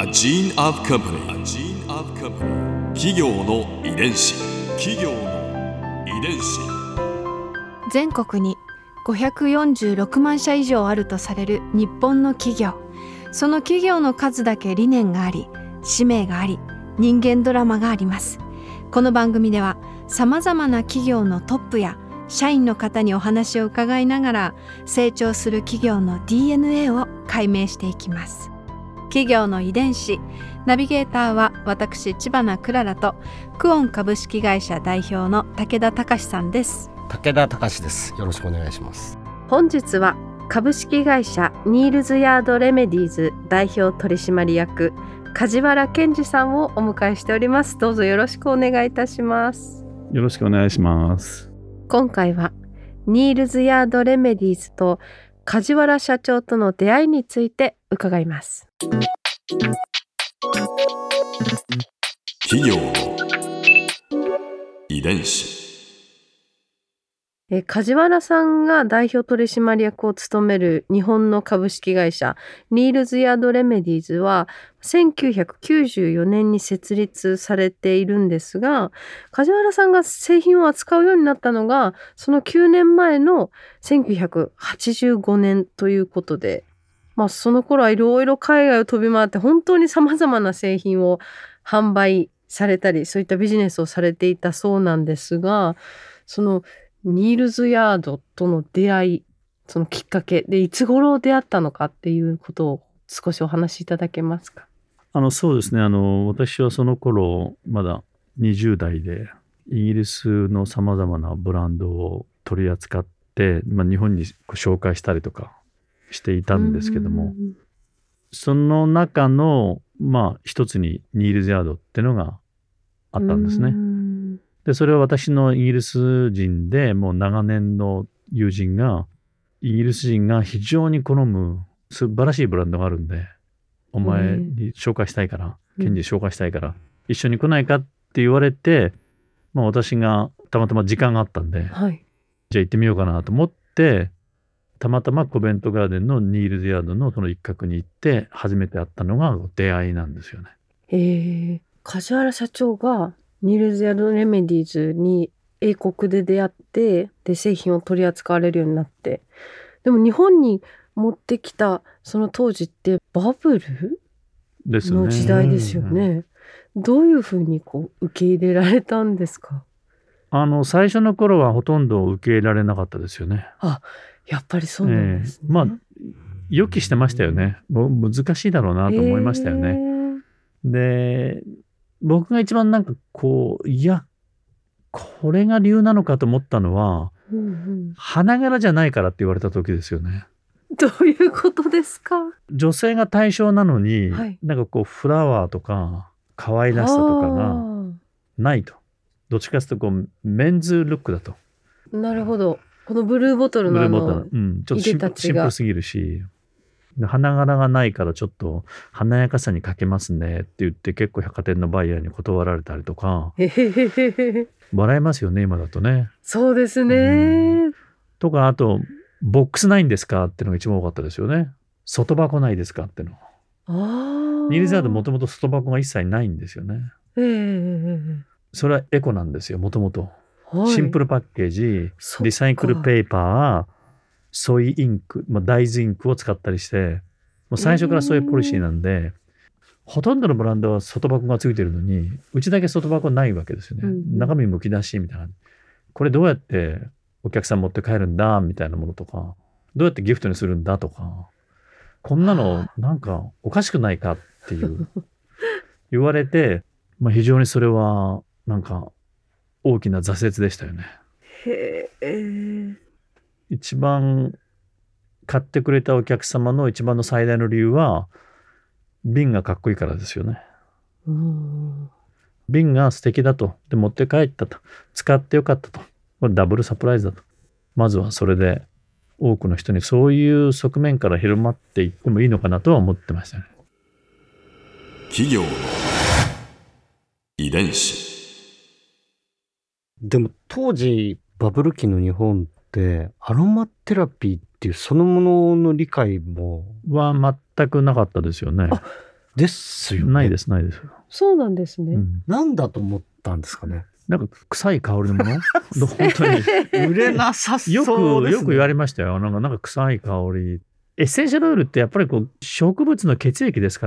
gene of company. A gene of company. 企業の遺伝子。企業の遺伝子。 全国に546万社以上あるとされる日本の企業。その企業の数だけ理念があり、使命があり、人間ドラマがあります。この番組ではさまざまな企業のトップや社員の方にお話を伺いながら、成長する企業の DNA を解明していきます。企業の遺伝子。ナビゲーターは私知花クララとクオン株式会社代表の武田隆さんです。 武田隆です。よろしくお願いします。 本日は株式会社ニールズヤードレメディーズ代表取締役梶原健二さんをお迎えしております。どうぞよろしくお願いいたします。 よろしくお願いします。 今回はニールズヤードレメディーズと梶原社長との出会いについて伺います。 企業の遺伝子。 梶原さんが代表取締役を務める日本の株式会社ニールズヤードレメディーズは1994年に設立されているんですが、梶原さんが製品を扱うようになったのがその9年前の1985年ということで、その頃はいろいろ海外を飛び回って本当にさまざまな製品を販売されたり、そういったビジネスをされていたそうなんですが、そのニールズヤードとの出会い、そのきっかけでいつ頃出会ったのかっていうことを少しお話しいただけますか。 そうですね。私はその頃まだ20代でイギリスのさまざまなブランドを取り扱って、日本に紹介したりとかしていたんですけども、その中の一つにニールズヤードっていうのがあったんですね。でそれは私のイギリス人でもう長年の友人が、イギリス人が非常に好む素晴らしいブランドがあるんで、お前に紹介したいから、ケンジ紹介したいから一緒に来ないかって言われて、私がたまたま時間があったんで、じゃあ行ってみようかなと思って、たまたまコベントガーデンのニールズヤードのその一角に行って初めて会ったのが出会いなんですよね。 梶原社長がニールズヤードレメディーズに英国で出会って、で製品を取り扱われるようになって、でも日本に持ってきたその当時ってバブルの時代ですよね。どういうふうに受け入れられたんですか。 最初の頃はほとんど受け入れられなかったですよね。 やっぱりそうなんですね。 予期してましたよね。難しいだろうなと思いましたよね。で僕が一番いやこれが理由なのかと思ったのは、花柄じゃないからって言われた時ですよね。 どういうことですか。 女性が対象なのに、フラワーとか可愛らしさとかがないと。どっちかというとメンズルックだと。 なるほど。このブルーボトルのちょっとシンプルすぎるし、花柄がないからちょっと華やかさに欠けますねって言って結構百貨店のバイヤーに断られたりとか笑えますよね今だとね。 そうですね、 とか、あとボックスないんですかっていうのが一番多かったですよね。外箱ないですかっていうの。ニールズヤードもともと外箱が一切ないんですよね。それはエコなんですよ。もともとシンプルパッケージ、リサイクルペーパー、ソイインク、大豆インクを使ったりして、もう最初からそういうポリシーなんで、ほとんどのブランドは外箱がついてるのに、うちだけ外箱ないわけですよね。中身むき出しみたいな。これどうやってお客さん持って帰るんだみたいなものとか、どうやってギフトにするんだとか、こんなのおかしくないかっていう言われて、非常にそれは大きな挫折でしたよね。一番買ってくれたお客様の一番の最大の理由は瓶がかっこいいからですよね。瓶が素敵だと。で持って帰ったと。使ってよかったと。これダブルサプライズだと。まずはそれで多くの人にそういう側面から広まっていってもいいのかなとは思ってましたね。 企業の遺伝子。 でも当時バブル期の日本ってアロマテラピーっていうそのものの理解もは全くなかったですよね。 ですよね。 ないですないです、 そうなんですね。 なんだと思ったんですかね。 なんか臭い香りのもの本当に売れなさそうですね。 よく言われましたよ。なんか臭い香り。エッセンシャルオイルってやっぱりこう植物の血液ですから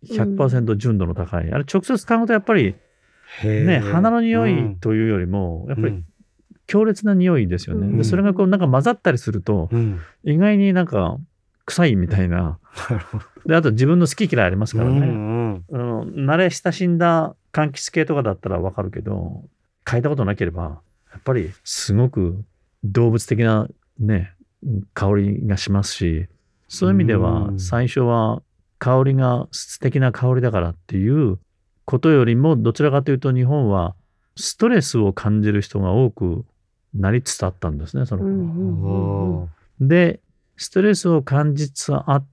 100% 純度の高い、あれ直接使うとやっぱりね、花の匂いというよりもやっぱり強烈な匂いですよね。でそれがこうなんか混ざったりすると、意外になんか臭いみたいな。であと自分の好き嫌いありますからね。慣れ親しんだ柑橘系とかだったらわかるけど、嗅いだことなければやっぱりすごく動物的なね香りがしますし、そういう意味では最初は香りが素敵な香りだからっていうことよりも、どちらかというと日本はストレスを感じる人が多くなりつつあったんですね、その頃。でストレスを感じつつあって、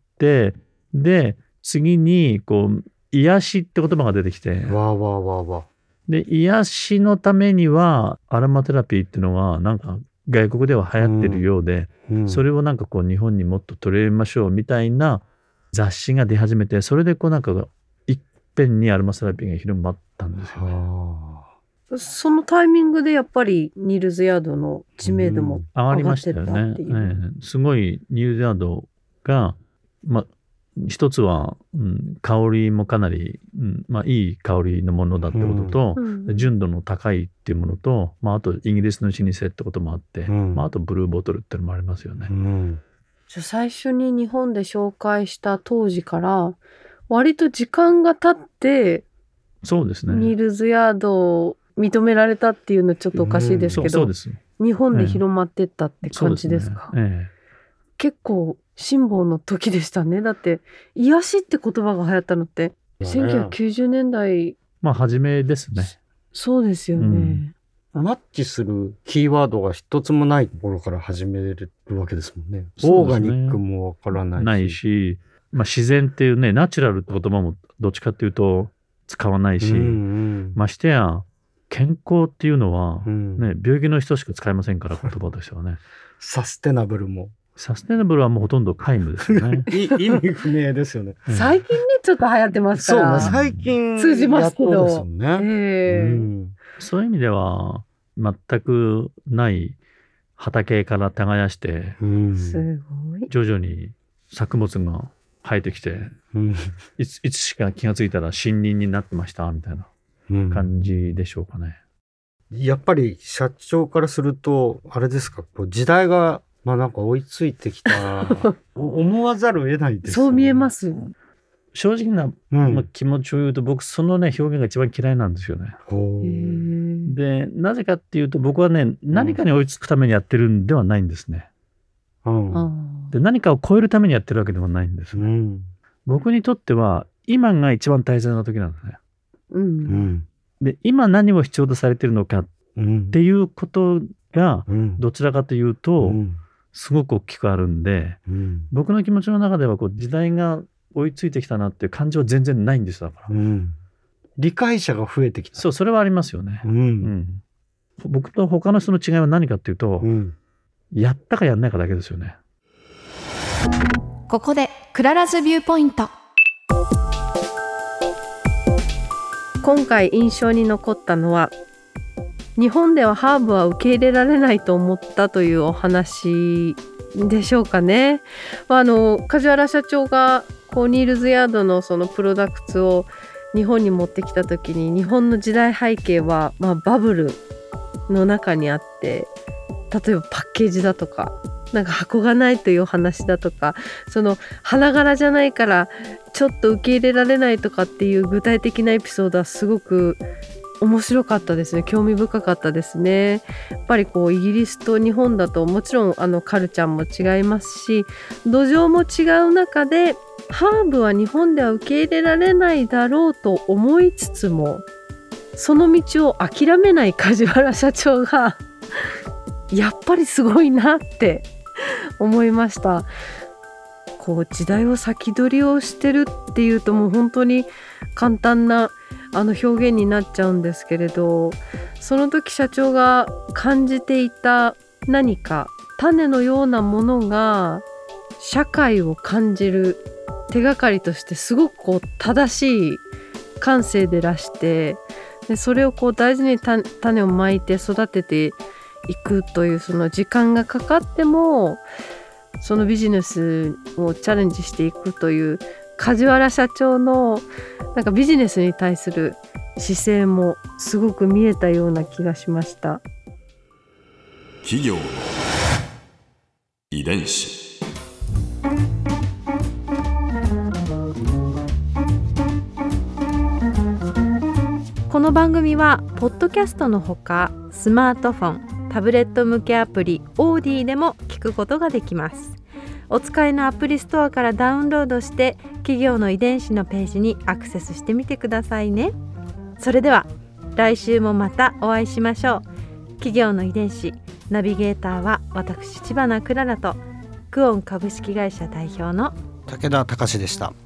で次にこう癒しって言葉が出てきて、で癒しのためにはアロマテラピーっていうのがなんか外国では流行ってるようで、それをなんかこう日本にもっと取り入れましょうみたいな雑誌が出始めて、それでこうなんかいっぺんにアロマテラピーが広まったんですよね。 そのタイミングでやっぱりニールズヤードの知名度も上がってったっていう。 上がりましたよね。すごいニールズヤードが、一つは、香りもかなり、いい香りのものだってことと、純度の高いっていうものと、あとイギリスの老舗ってこともあって、あとブルーボトルっていうのもありますよね。 じゃあ最初に日本で紹介した当時から割と時間が経って、 そうですね、 ニールズヤードを認められたっていうのはちょっとおかしいですけど、 そうです。 日本で広まってったって感じですか。結構辛抱の時でしたね。だって癒しって言葉が流行ったのって1990年代初めですね。 そうですよね。 マッチするキーワードが一つもないところから始めるわけですもんね。オーガニックもわからないし、 自然っていうね、ナチュラルって言葉もどっちかっていうと使わないし、ましてや健康っていうのは、病気の人しか使いませんから、言葉としてはね。 サステナブルも。 サステナブルはもうほとんど皆無ですよね。 意味不明ですよね。 最近ね、ちょっと流行ってますから。 そうね、最近通じますけど。 ですよね。 そういう意味では、全くない畑から耕して、 すごい。 徐々に作物が生えてきて、いつしか気がついたら森林になってました、みたいな感じでしょうかね。 やっぱり社長からすると、あれですか、こう時代がなんか追いついてきた思わざるを得ないですよね。 そう見えます。 正直な、気持ちを言うと、僕そのね表現が一番嫌いなんですよね。でなぜかっていうと、僕はね何かに追いつくためにやってるんではないんですね。で何かを超えるためにやってるわけでもないんですね。僕にとっては今が一番大切な時なんですね。で今何を必要とされているのかっていうことがどちらかというとすごく大きくあるんで、僕の気持ちの中ではこう時代が追いついてきたなっていう感じは全然ないんです。だから、 理解者が増えてきた。 そう、それはありますよね。僕と他の人の違いは何かっていうと、やったかやんないかだけですよね。 ここでクララズビューポイント。 今回印象に残ったのは、日本ではハーブは受け入れられないと思ったというお話でしょうかね。梶原社長がニールズヤードのそのプロダクツを日本に持ってきた時に、日本の時代背景はバブルの中にあって、例えばパッケージだとか、なんか箱がないというお話だとか、その花柄じゃないからちょっと受け入れられないとかっていう具体的なエピソードはすごく面白かったですね。興味深かったですね。やっぱりイギリスと日本だともちろんカルチャーも違いますし、土壌も違う中でハーブは日本では受け入れられないだろうと思いつつも、その道を諦めない梶原社長がやっぱりすごいなって思いました。時代を先取りをしてるっていうともう本当に簡単な表現になっちゃうんですけれど、その時社長が感じていた何か種のようなものが社会を感じる手がかりとしてすごくこう正しい感性でらして、でそれをこう大事に種をまいて育てていくという、その時間がかかってもそのビジネスをチャレンジしていくという梶原社長のなんかビジネスに対する姿勢もすごく見えたような気がしました。 企業の遺伝子。 この番組はポッドキャストのほかスマートフォン、タブレット向けアプリオーディでも聞くことができます。お使いのアプリストアからダウンロードして企業の遺伝子のページにアクセスしてみてくださいね。それでは来週もまたお会いしましょう。企業の遺伝子ナビゲーターは私知花くららとクオン株式会社代表の武田隆でした。